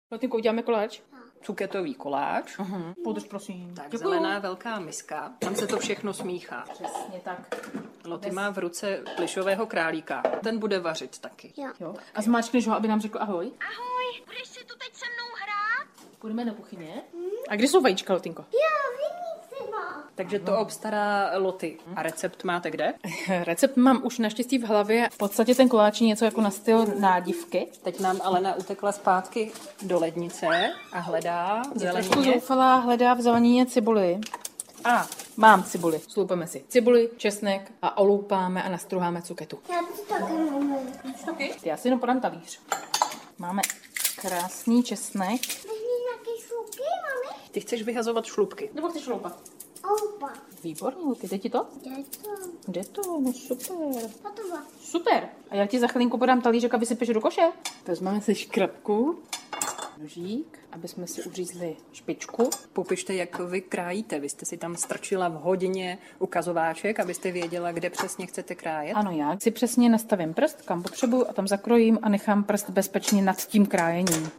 Lotynko, uděláme koláč? Cuketový koláč. Podrž, prosím. Tak, Děkuju. zelená velká miska. Tam se to všechno smíchá. Přesně tak. Loty má v ruce plišového králíka. Ten bude vařit taky. Jo. A zmáčkneš ho, aby nám řekl ahoj. Ahoj, budeš si tu teď se mnou hrát? Půjdeme do kuchyně. A kde jsou vajíčka, Lotynko? Jo, vidíte ma. Takže to obstará Loty. A recept máte kde? Recept mám už naštěstí v hlavě. V podstatě ten koláč je něco jako na styl nádivky. Teď nám Alena utekla zpátky do lednice a hledá Trošku zelenině. zoufalá, hledá v zelenině cibuli. A mám cibuli. Sloupeme si cibuli, česnek a oloupáme a nastruháme cuketu. Já to taky mám. Já si jenom podám talíř. Máme krásný česnek. Chceš mít nějaký šlupky, mami? Ty chceš vyhazovat šlupky. Nebo chceš loupat? Opa. Výborně, Luky, jde ti to? Kde to? Jde to? No super. Hotovo. Super. A já ti za chvilinku podám talířek a vysypeš do koše. Vezmeme si škrabku, nožík, aby jsme si uřízli špičku. Popište, jak vy krájíte. Vy jste si tam strčila v hodině ukazováček, abyste věděla, kde přesně chcete krájet. Ano, já si přesně nastavím prst, kam potřebuju a tam zakrojím a nechám prst bezpečně nad tím krájením.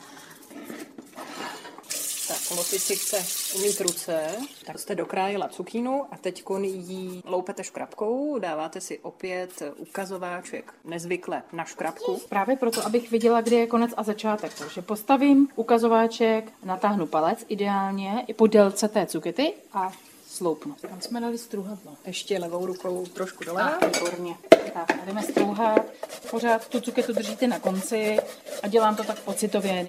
Tak, Loty si chce umýt ruce. Tak jste dokrájela cukínu a teď ji loupete škrabkou. Dáváte si opět ukazováček nezvykle na škrabku. Právě proto, abych viděla, kde je konec a začátek. Takže postavím ukazováček, natáhnu palec ideálně i po délce té cukety a sloupnu. Tam jsme dali struhadlo. Ještě levou rukou trošku doleva. Výborně. Tak, a jdeme strouhat. Pořád tu cuketu držíte na konci a dělám to tak pocitově.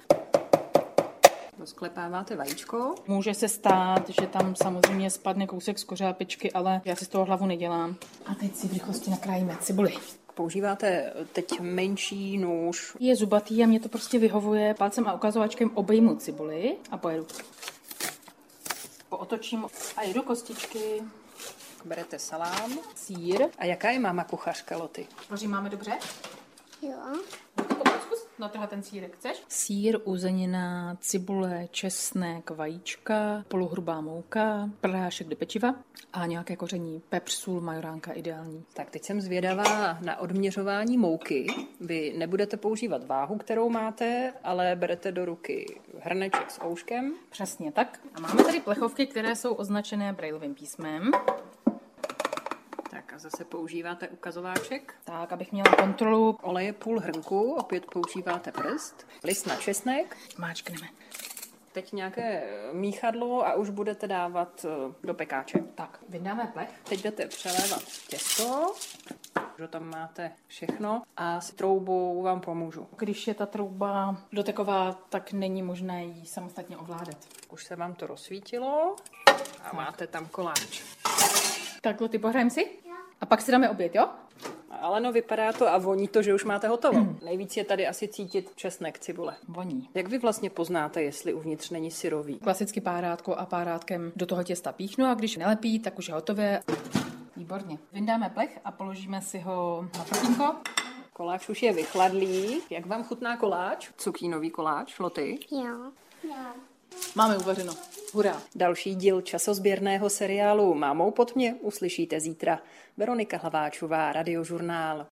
Rozklepáváte vajíčko. Může se stát, že tam samozřejmě spadne kousek z kořápečky, ale já si z toho hlavu nedělám. A teď si v rychlosti nakrájíme cibuli. Používáte teď menší nůž. Je zubatý a mě to prostě vyhovuje. Palcem a ukazovačkem obejmu cibuli a pojedu. Pootočím a jedu kostičky. Berete salám. Sýr. A jaká je máma kuchařka, Loty? Vařím máme dobře? Jo. Zkus natrhat ten sýrek, chceš? Sýr, uzenina, cibule, česnek, vajíčka, polohrubá mouka, prášek do pečiva a nějaké koření, pepř, sůl, majoránka ideální. Tak teď jsem zvědavá na odměřování mouky. Vy nebudete používat váhu, kterou máte, ale berete do ruky hrneček s ouškem. Přesně tak. A máme tady plechovky, které jsou označené brailovým písmem. Tak a zase používáte ukazováček. Tak, abych měla kontrolu. Oleje půl hrnku, opět používáte prst. List na česnek. Máčkneme. Teď nějaké míchadlo a už budete dávat do pekáče. Tak, vydáme plech. Teď jdete přelévat těsto, že tam máte všechno a s troubou vám pomůžu. Když je ta trouba doteková, tak není možné ji samostatně ovládat. Už se vám to rozsvítilo a máte tam koláč. Takhle ty pohrajem si? A pak si dáme oběd, jo? Ale no, vypadá to a voní to, že už máte hotovo. Nejvíc je tady asi cítit česnek, cibule. Voní. Jak vy vlastně poznáte, jestli uvnitř není syrový? Klasicky párátko a párátkem do toho těsta píchnu a když nelepí, tak už je hotové. Výborně. Vyndáme plech a položíme si ho na protínko. Koláč už je vychladlý. Jak vám chutná koláč? Cukínový koláč, Loty? Jo. Jo. Máme uvařeno. Hurá. Další díl časozběrného seriálu Mámou pod mě uslyšíte zítra. Veronika Hlaváčová, Radiožurnál.